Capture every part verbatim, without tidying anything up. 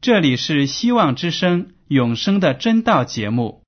这里是希望之声永生的真道节目。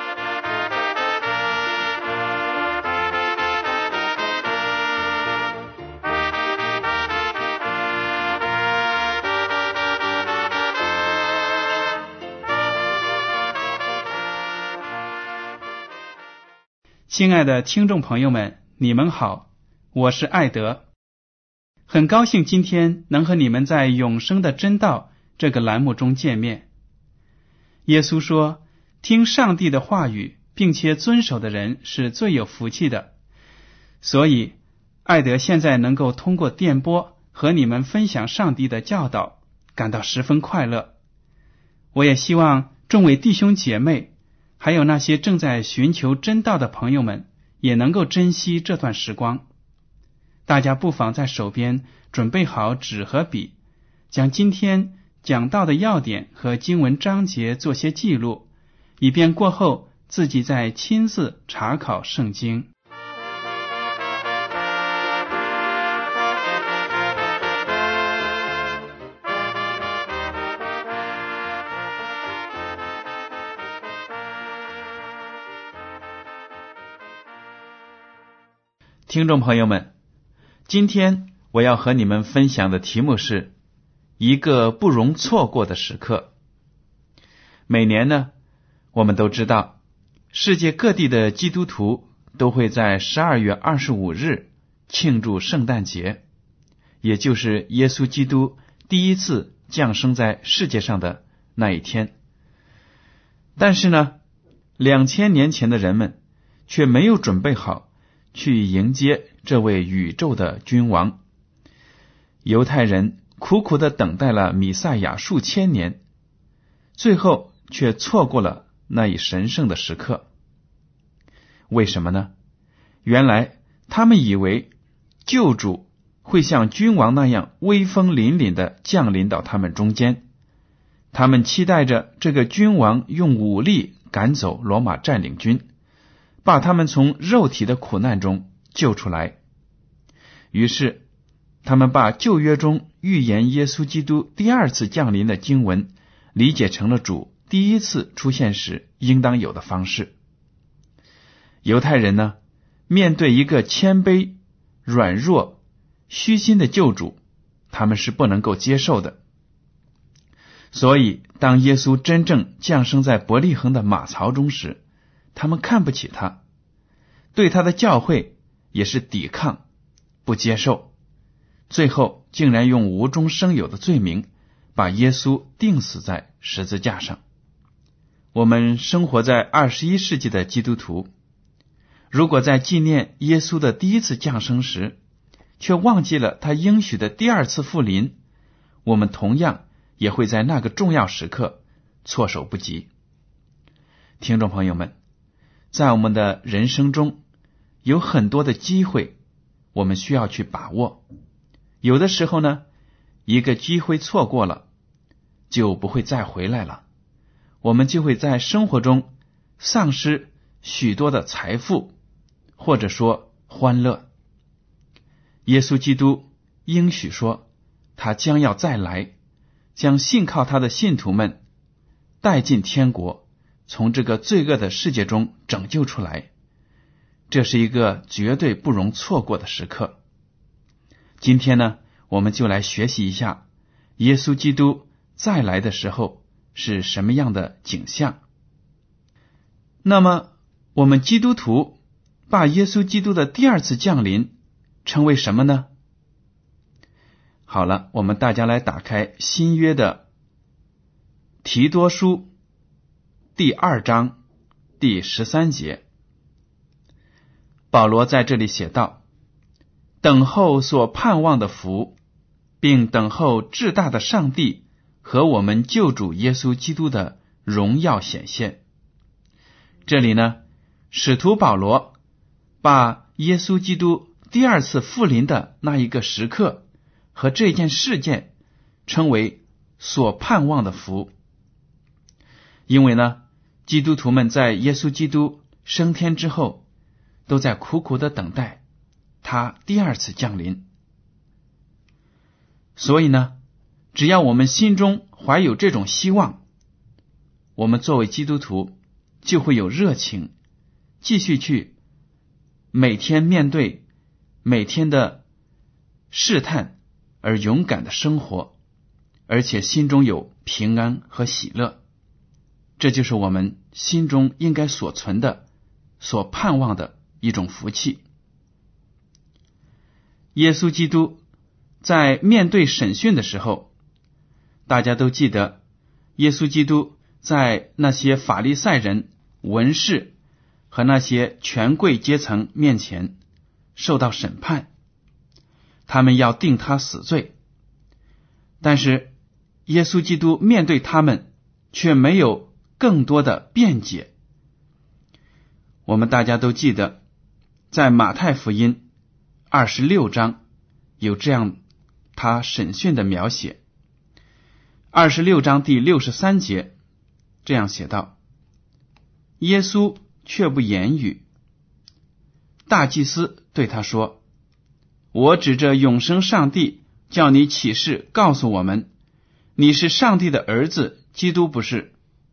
亲爱的听众朋友们，你们好，我是艾德，很高兴今天能和你们在永生的真道这个栏目中见面。耶稣说，听上帝的话语并且遵守的人是最有福气的，所以艾德现在能够通过电波和你们分享上帝的教导，感到十分快乐。我也希望众位弟兄姐妹还有那些正在寻求真道的朋友们也能够珍惜这段时光。大家不妨在手边准备好纸和笔，将今天讲到的要点和经文章节做些记录，以便过后自己再亲自查考圣经。听众朋友们，今天我要和你们分享的题目是一个不容错过的时刻。每年呢，我们都知道世界各地的基督徒都会在十二月二十五日庆祝圣诞节，也就是耶稣基督第一次降生在世界上的那一天。但是呢，两千年前的人们却没有准备好去迎接这位宇宙的君王。犹太人苦苦地等待了弥赛亚数千年，最后却错过了那一神圣的时刻。为什么呢？原来他们以为救主会像君王那样威风凛凛地降临到他们中间，他们期待着这个君王用武力赶走罗马占领军，把他们从肉体的苦难中救出来。于是他们把旧约中预言耶稣基督第二次降临的经文理解成了主第一次出现时应当有的方式。犹太人呢，面对一个谦卑、软弱、虚心的救主，他们是不能够接受的。所以当耶稣真正降生在伯利恒的马槽中时，他们看不起他，对他的教会也是抵抗、不接受，最后竟然用无中生有的罪名把耶稣钉死在十字架上。我们生活在二十一世纪的基督徒，如果在纪念耶稣的第一次降生时却忘记了他应许的第二次复临，我们同样也会在那个重要时刻措手不及。听众朋友们，在我们的人生中有很多的机会，我们需要去把握。有的时候呢，一个机会错过了，就不会再回来了，我们就会在生活中丧失许多的财富，或者说欢乐。耶稣基督应许说，他将要再来，将信靠他的信徒们带进天国，从这个罪恶的世界中拯救出来。这是一个绝对不容错过的时刻。今天呢，我们就来学习一下耶稣基督再来的时候是什么样的景象。那么我们基督徒把耶稣基督的第二次降临称为什么呢？好了，我们大家来打开新约的提多书第二章第十三节。保罗在这里写道，等候所盼望的福，并等候至大的上帝和我们救主耶稣基督的荣耀显现。这里呢，使徒保罗把耶稣基督第二次复临的那一个时刻和这件事件称为所盼望的福。因为呢，基督徒们在耶稣基督升天之后都在苦苦的等待他第二次降临。所以呢，只要我们心中怀有这种希望，我们作为基督徒就会有热情，继续去每天面对每天的试探而勇敢的生活，而且心中有平安和喜乐。这就是我们心中应该所存的、所盼望的一种福气。耶稣基督在面对审讯的时候，大家都记得，耶稣基督在那些法利赛人、文士和那些权贵阶层面前受到审判，他们要定他死罪。但是耶稣基督面对他们却没有更多的辩解。我们大家都记得，在马太福音二十六章有这样他审讯的描写。二十六章第六十三节这样写道：耶稣却不言语。大祭司对他说：我指着永生上帝叫你起誓告诉我们，你是上帝的儿子，基督不是。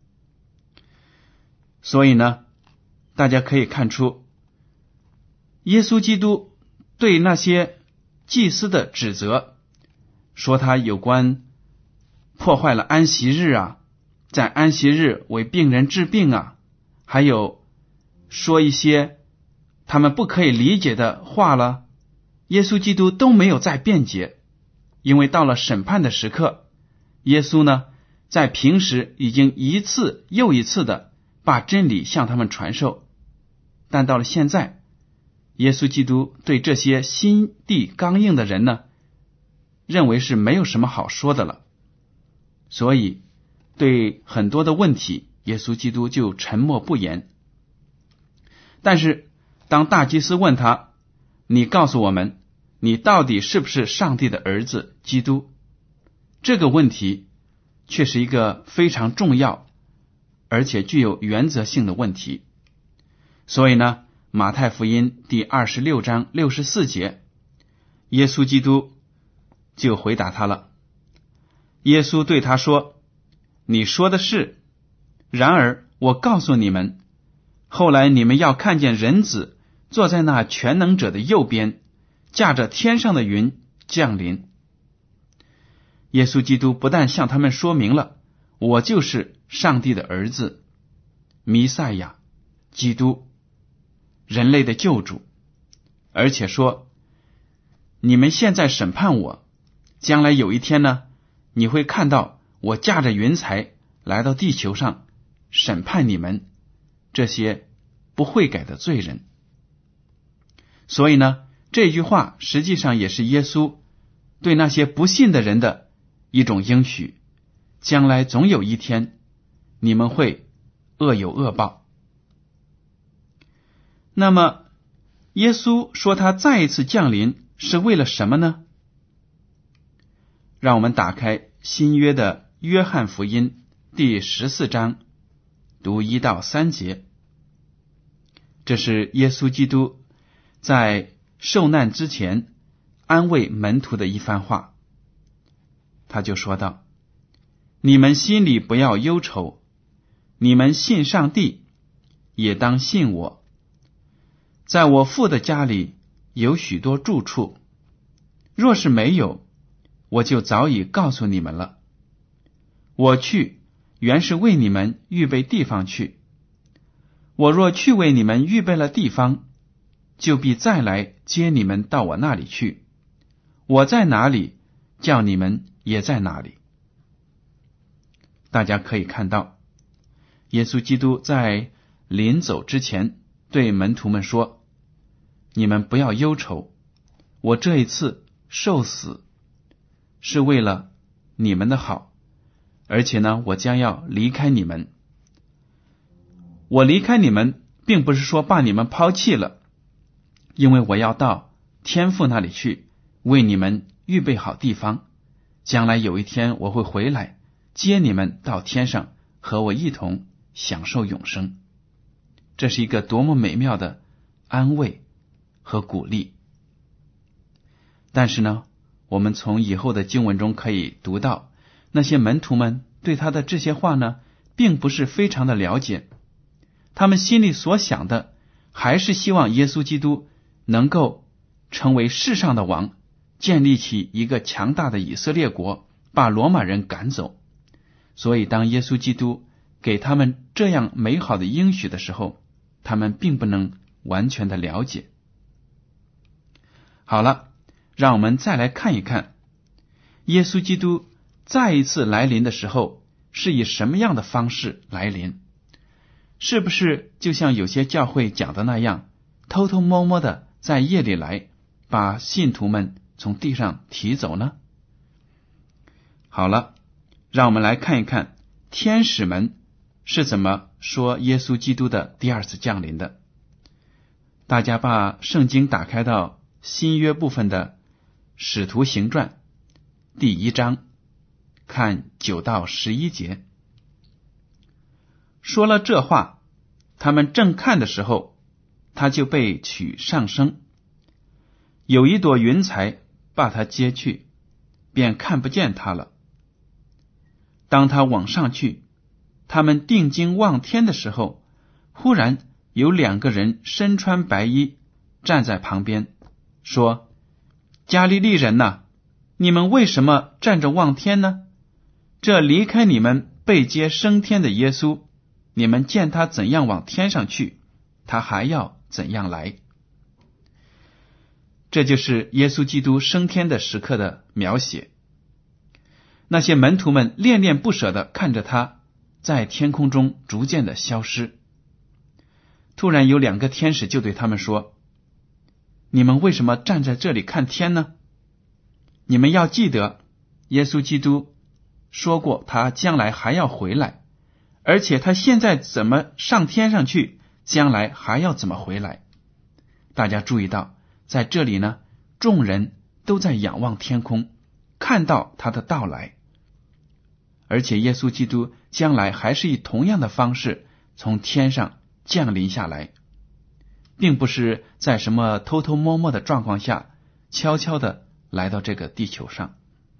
所以呢，大家可以看出，耶稣基督对那些祭司的指责，说他有关破坏了安息日啊，在安息日为病人治病啊，还有说一些他们不可以理解的话了，耶稣基督都没有再辩解。因为到了审判的时刻，耶稣呢，在平时已经一次又一次的把真理向他们传授，但到了现在，耶稣基督对这些心地刚硬的人呢，认为是没有什么好说的了，所以对很多的问题，耶稣基督就沉默不言。但是当大祭司问他，你告诉我们，你到底是不是上帝的儿子基督？这个问题却是一个非常重要而且具有原则性的问题。所以呢，马太福音第二十六章六十四节，耶稣基督就回答他了。耶稣对他说：你说的是，然而我告诉你们，后来你们要看见人子坐在那全能者的右边，驾着天上的云降临。耶稣基督不但向他们说明了我就是上帝的儿子，弥赛亚，基督，人类的救主，而且说，你们现在审判我，将来有一天呢，你会看到我驾着云彩来到地球上审判你们这些不悔改的罪人。所以呢，这句话实际上也是耶稣对那些不信的人的一种应许，将来总有一天你们会恶有恶报。那么耶稣说他再一次降临是为了什么呢？让我们打开新约的约翰福音第十四章，读一到三节。这是耶稣基督在受难之前安慰门徒的一番话。他就说道：你们心里不要忧愁，你们信上帝，也当信我。在我父的家里有许多住处，若是没有，我就早已告诉你们了。我去，原是为你们预备地方去。我若去为你们预备了地方，就必再来接你们到我那里去。我在哪里，叫你们也在哪里。大家可以看到，耶稣基督在临走之前对门徒们说，你们不要忧愁，我这一次受死是为了你们的好，而且呢，我将要离开你们。我离开你们并不是说把你们抛弃了，因为我要到天父那里去，为你们预备好地方，将来有一天我会回来接你们到天上，和我一同享受永生。这是一个多么美妙的安慰和鼓励。但是呢，我们从以后的经文中可以读到， 那些门徒们对他的这些话呢，并不是非常的了解，他们心里所想的还是希望耶稣基督能够成为世上的王，建立起一个强大的以色列国，把罗马人赶走。所以当耶稣基督给他们这样美好的应许的时候，他们并不能完全的了解。好了，让我们再来看一看耶稣基督再一次来临的时候是以什么样的方式来临。是不是就像有些教会讲的那样，偷偷摸摸的在夜里来，把信徒们从地上提走呢？好了，让我们来看一看天使们是怎么说耶稣基督的第二次降临的。大家把圣经打开到新约部分的使徒行传第一章，看九到十一节。说了这话，他们正看的时候，他就被取上升，有一朵云彩把他接去，便看不见他了。当他往上去，他们定睛望天的时候，忽然有两个人身穿白衣站在旁边，说：加利利人哪，你们为什么站着望天呢？这离开你们被接升天的耶稣，你们见他怎样往天上去，他还要怎样来。这就是耶稣基督升天的时刻的描写。那些门徒们恋恋不舍地看着他在天空中逐渐的消失。突然有两个天使就对他们说：你们为什么站在这里看天呢？你们要记得，耶稣基督说过他将来还要回来，而且他现在怎么上天上去，将来还要怎么回来。大家注意到，在这里呢，众人都在仰望天空，看到他的到来，而且耶稣基督将来还是以同样的方式从天上降临下来，并不是在什么偷偷摸摸的状况下悄悄的来到这个地球上。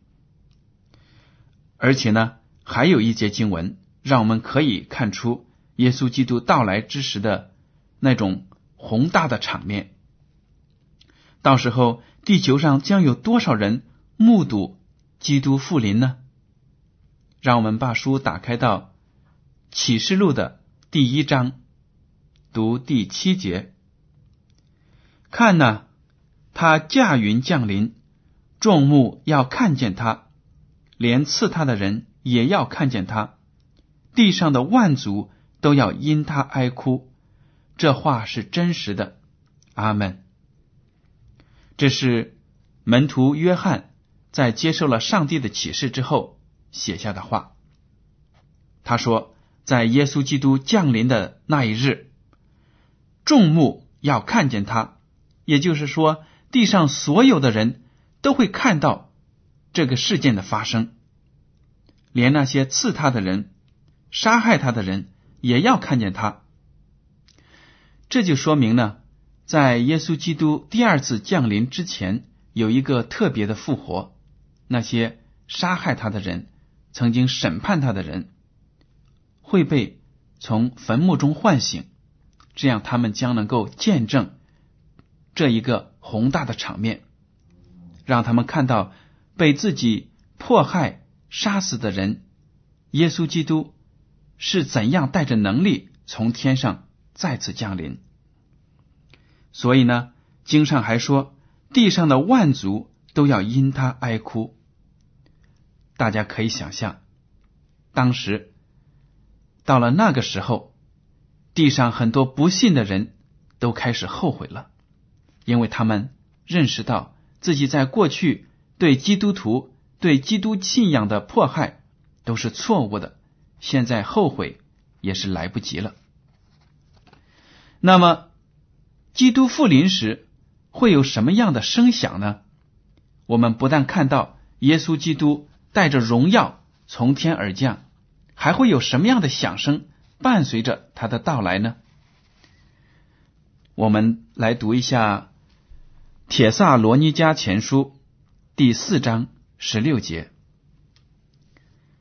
而且呢，还有一节经文让我们可以看出耶稣基督到来之时的那种宏大的场面。到时候地球上将有多少人目睹基督复临呢？让我们把书打开到启示录的第一章，读第七节。看哪，他驾云降临，众目要看见他，连刺他的人也要看见他，地上的万族都要因他哀哭。这话是真实的。阿们。这是门徒约翰在接受了上帝的启示之后写下的话。他说，在耶稣基督降临的那一日，众目要看见他，也就是说，地上所有的人都会看到这个事件的发生，连那些刺他的人、杀害他的人也要看见他。这就说明呢，在耶稣基督第二次降临之前，有一个特别的复活，那些杀害他的人、曾经审判他的人会被从坟墓中唤醒，这样他们将能够见证这一个宏大的场面，让他们看到被自己迫害杀死的人，耶稣基督是怎样带着能力从天上再次降临。所以呢，经上还说，地上的万族都要因他哀哭。大家可以想象，当时到了那个时候，地上很多不信的人都开始后悔了，因为他们认识到自己在过去对基督徒、对基督信仰的迫害都是错误的，现在后悔也是来不及了。那么基督复临时会有什么样的声响呢？我们不但看到耶稣基督带着荣耀从天而降，还会有什么样的响声伴随着他的到来呢？我们来读一下帖撒罗尼迦前书第四章十六节。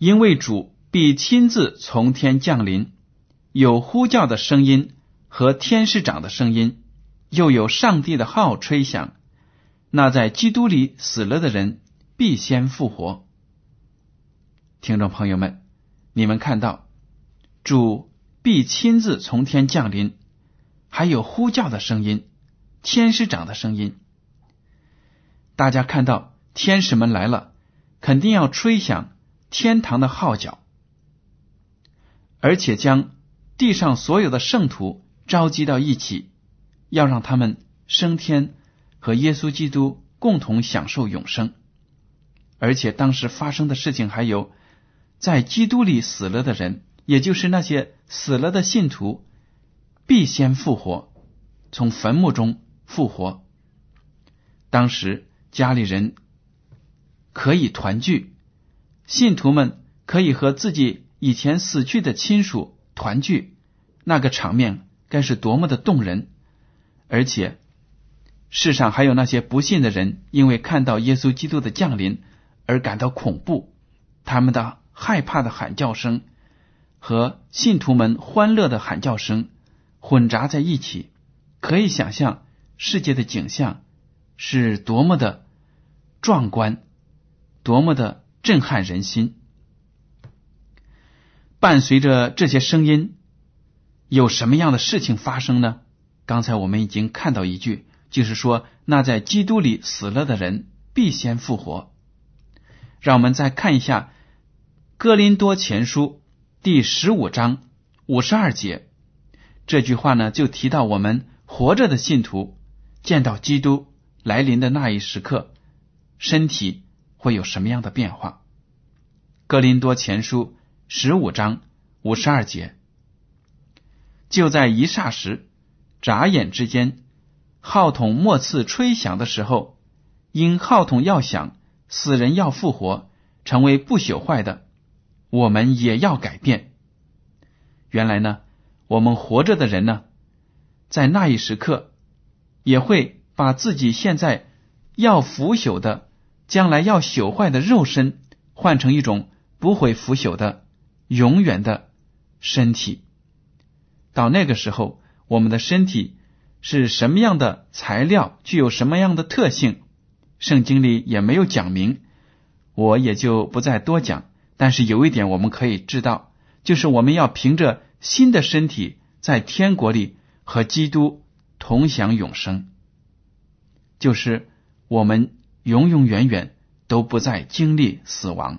因为主必亲自从天降临，有呼叫的声音和天使长的声音，又有上帝的号吹响，那在基督里死了的人必先复活。听众朋友们，你们看到主必亲自从天降临，还有呼叫的声音，天使长的声音。大家看到天使们来了，肯定要吹响天堂的号角，而且将地上所有的圣徒召集到一起，要让他们升天和耶稣基督共同享受永生。而且当时发生的事情还有，在基督里死了的人，也就是那些死了的信徒，必先复活，从坟墓中复活。当时家里人可以团聚，信徒们可以和自己以前死去的亲属团聚，那个场面该是多么的动人。而且世上还有那些不信的人，因为看到耶稣基督的降临而感到恐怖，他们的害怕的喊叫声和信徒们欢乐的喊叫声混杂在一起，可以想象世界的景象是多么的壮观，多么的震撼人心。伴随着这些声音，有什么样的事情发生呢？刚才我们已经看到一句，就是说那在基督里死了的人必先复活。让我们再看一下哥林多前书第十五章五十二节，这句话呢就提到我们活着的信徒见到基督来临的那一时刻，身体会有什么样的变化。哥林多前书十五章五十二节，就在一霎时，眨眼之间，号筒末次吹响的时候，因号筒要响，死人要复活，成为不朽坏的，我们也要改变。原来呢，我们活着的人呢，在那一时刻也会把自己现在要腐朽的，将来要朽坏的肉身换成一种不会腐朽的永远的身体。到那个时候，我们的身体是什么样的材料，具有什么样的特性，圣经里也没有讲明，我也就不再多讲。但是有一点我们可以知道，就是我们要凭着新的身体在天国里和基督同享永生，就是我们永永远远都不再经历死亡。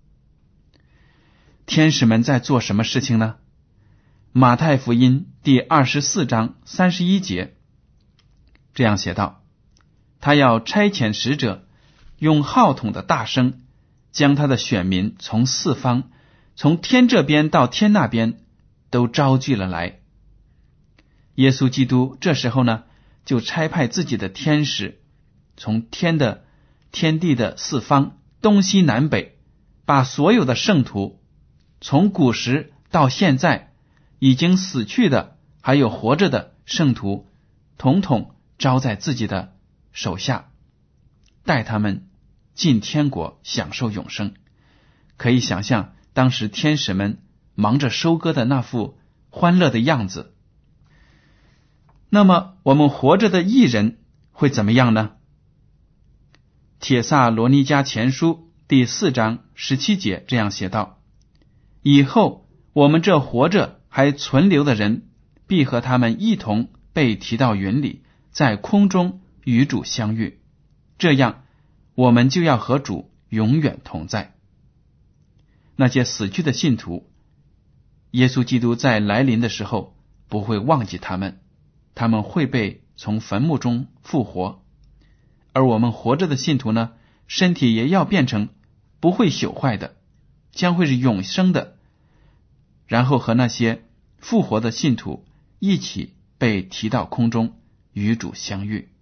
天使们在做什么事情呢？马太福音第二十四章三十一节这样写道，他要差遣使者，用号筒的大声，将他的选民从四方，从天这边到天那边都招聚了来。耶稣基督这时候呢，就差派自己的天使，从天的天地的四方，东西南北，把所有的圣徒，从古时到现在已经死去的还有活着的圣徒，统统招在自己的手下，带他们进天国享受永生。可以想象当时天使们忙着收割的那副欢乐的样子。那么我们活着的义人会怎么样呢？帖撒罗尼迦前书第四章十七节这样写道，以后我们这活着还存留的人，必和他们一同被提到云里，在空中与主相遇，这样我们就要和主永远同在。那些死去的信徒，耶稣基督在来临的时候不会忘记他们，他们会被从坟墓中复活。而我们活着的信徒呢，身体也要变成不会朽坏的，将会是永生的，然后和那些复活的信徒一起被提到空中与主相遇。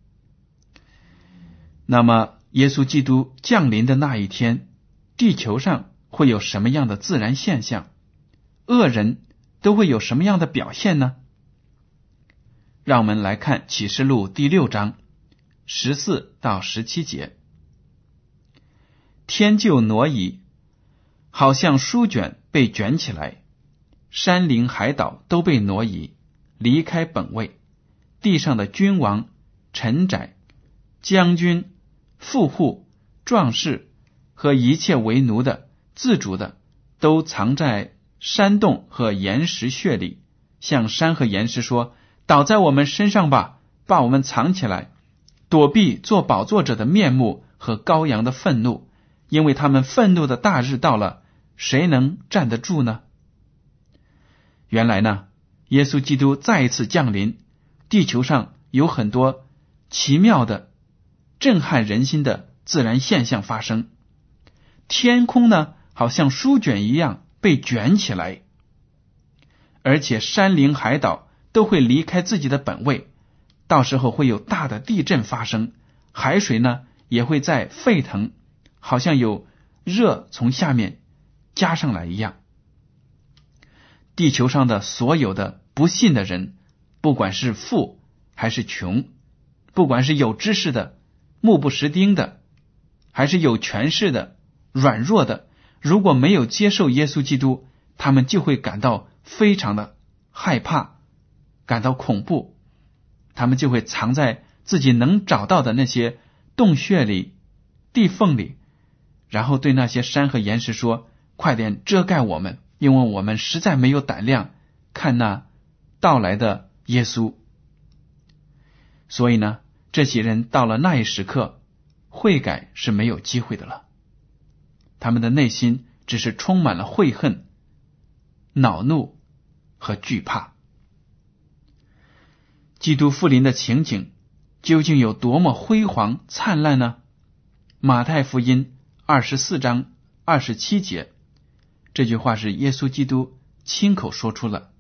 那么耶稣基督降临的那一天，地球上会有什么样的自然现象？恶人都会有什么样的表现呢？让我们来看启示录第六章十四到十七节。天就挪移， 好像书卷被卷起来，山陵海岛都被挪移，离开本位，地上的君王、臣宰、将军、富户、壮士和一切为奴的、自主的，都藏在山洞和岩石穴里，向山和岩石说：倒在我们身上吧，把我们藏起来，躲避做宝座者的面目和羔羊的愤怒，因为他们愤怒的大日到了，谁能站得住呢？原来呢，耶稣基督再一次降临，地球上有很多奇妙的、震撼人心的自然现象发生。天空呢，好像书卷一样被卷起来，而且山陵海岛都会离开自己的本位，到时候会有大的地震发生，海水呢也会在沸腾，好像有热从下面加上来一样。地球上的所有的不信的人，不管是富还是穷，不管是有知识的、目不识丁的，还是有权势的、软弱的，如果没有接受耶稣基督，他们就会感到非常的害怕，感到恐怖，他们就会藏在自己能找到的那些洞穴里、地缝里，然后对那些山和岩石说：快点遮盖我们，因为我们实在没有胆量看那到来的耶稣。所以呢，这些人到了那一时刻，悔改是没有机会的了，他们的内心只是充满了悔恨、恼怒和惧怕。基督复临的情景究竟有多么辉煌灿烂呢？马太福音二十四章二十七节，这句话是耶稣基督亲口说出了，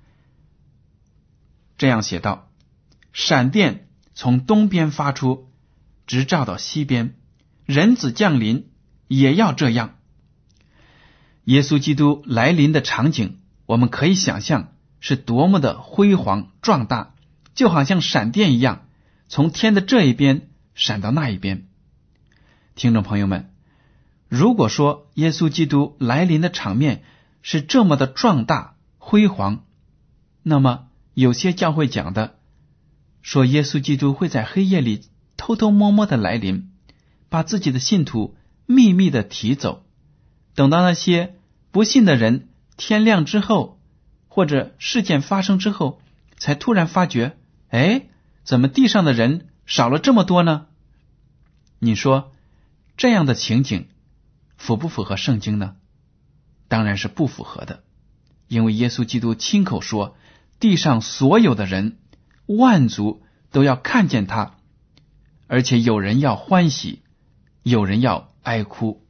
这样写道：闪电从东边发出，直照到西边，人子降临也要这样。耶稣基督来临的场景，我们可以想象是多么的辉煌壮大，就好像闪电一样，从天的这一边闪到那一边。听众朋友们，如果说耶稣基督来临的场面是这么的壮大辉煌，那么有些教会讲的说耶稣基督会在黑夜里偷偷摸摸的来临，把自己的信徒秘密的提走，等到那些不信的人天亮之后，或者事件发生之后，才突然发觉，哎，怎么地上的人少了这么多呢？你说这样的情景符不符合圣经呢？当然是不符合的，因为耶稣基督亲口说，地上所有的人，万族都要看见他，而且有人要欢喜，有人要哀哭。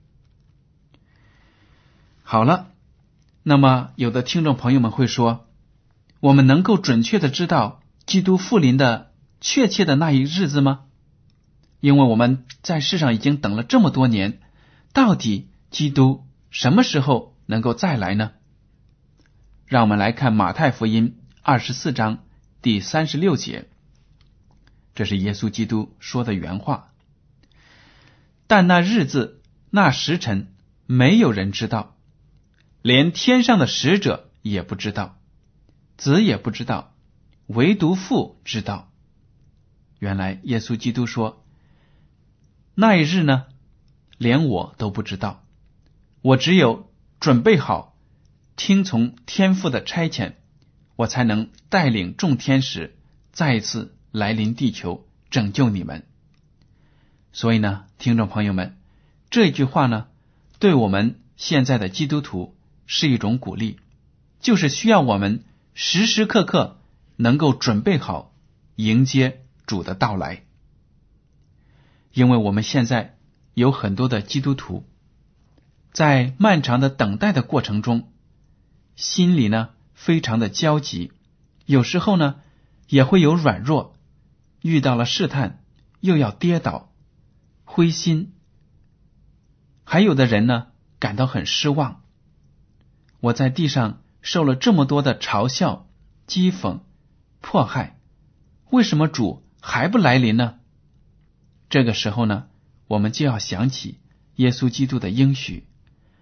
好了，那么有的听众朋友们会说，我们能够准确的知道基督复临的确切的那一日子吗？因为我们在世上已经等了这么多年，到底基督什么时候能够再来呢？让我们来看马太福音二十四章第三十六节，这是耶稣基督说的原话。但那日子那时辰没有人知道，连天上的使者也不知道，子也不知道，唯独父知道。原来耶稣基督说，那一日呢，连我都不知道，我只有准备好听从天父的差遣，我才能带领众天使再一次来临地球，拯救你们。所以呢，听众朋友们，这句话呢，对我们现在的基督徒是一种鼓励，就是需要我们时时刻刻能够准备好迎接主的到来。因为我们现在有很多的基督徒在漫长的等待的过程中，心里呢非常的焦急，有时候呢也会有软弱，遇到了试探又要跌倒灰心，还有的人呢感到很失望，我在地上受了这么多的嘲笑、讥讽、迫害，为什么主还不来临呢？这个时候呢，我们就要想起耶稣基督的应许，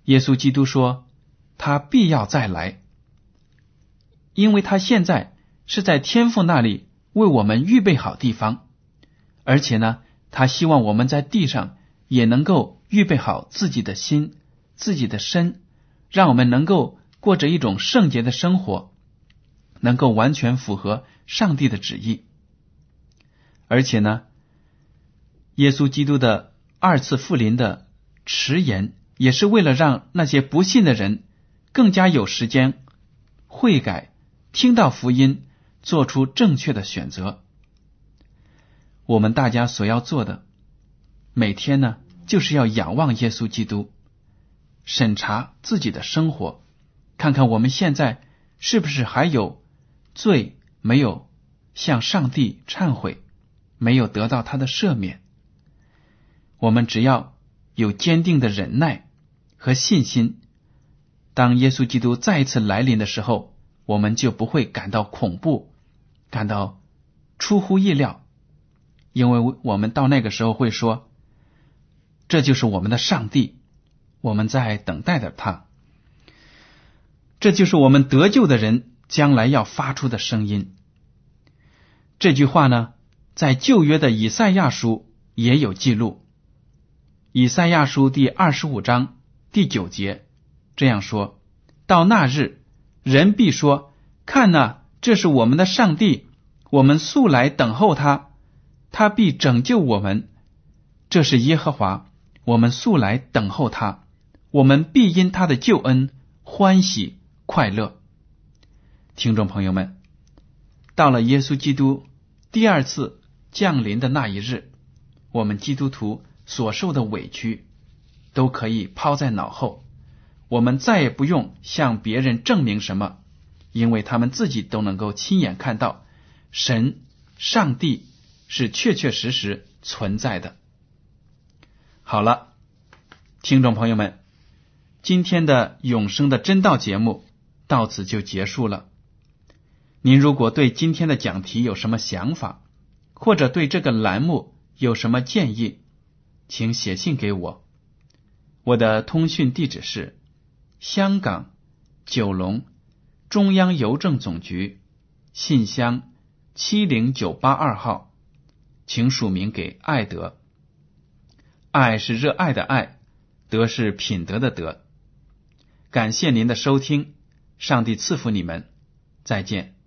耶稣基督说他必要再来，因为他现在是在天父那里为我们预备好地方，而且呢，他希望我们在地上也能够预备好自己的心、自己的身，让我们能够过着一种圣洁的生活，能够完全符合上帝的旨意。而且呢，耶稣基督的二次复临的迟延，也是为了让那些不信的人更加有时间悔改，听到福音，做出正确的选择。我们大家所要做的，每天呢，就是要仰望耶稣基督，审查自己的生活，看看我们现在是不是还有罪没有向上帝忏悔，没有得到他的赦免。我们只要有坚定的忍耐和信心，当耶稣基督再一次来临的时候，我们就不会感到恐怖，感到出乎意料，因为我们到那个时候会说，这就是我们的上帝，我们在等待着他。这就是我们得救的人将来要发出的声音。这句话呢，在旧约的以赛亚书也有记录。以赛亚书第二十五章第九节这样说，到那日，人必说，看哪，这是我们的上帝，我们素来等候他，他必拯救我们。这是耶和华，我们素来等候他，我们必因他的救恩欢喜快乐。听众朋友们，到了耶稣基督第二次降临的那一日，我们基督徒所受的委屈都可以抛在脑后，我们再也不用向别人证明什么，因为他们自己都能够亲眼看到神上帝是确确实实存在的。好了，听众朋友们，今天的永生的真道节目到此就结束了。您如果对今天的讲题有什么想法，或者对这个栏目有什么建议，请写信给我。我的通讯地址是香港九龙中央邮政总局信箱七零九八二号，请署名给爱德。爱是热爱的爱，德是品德的德。感谢您的收听，上帝赐福你们，再见。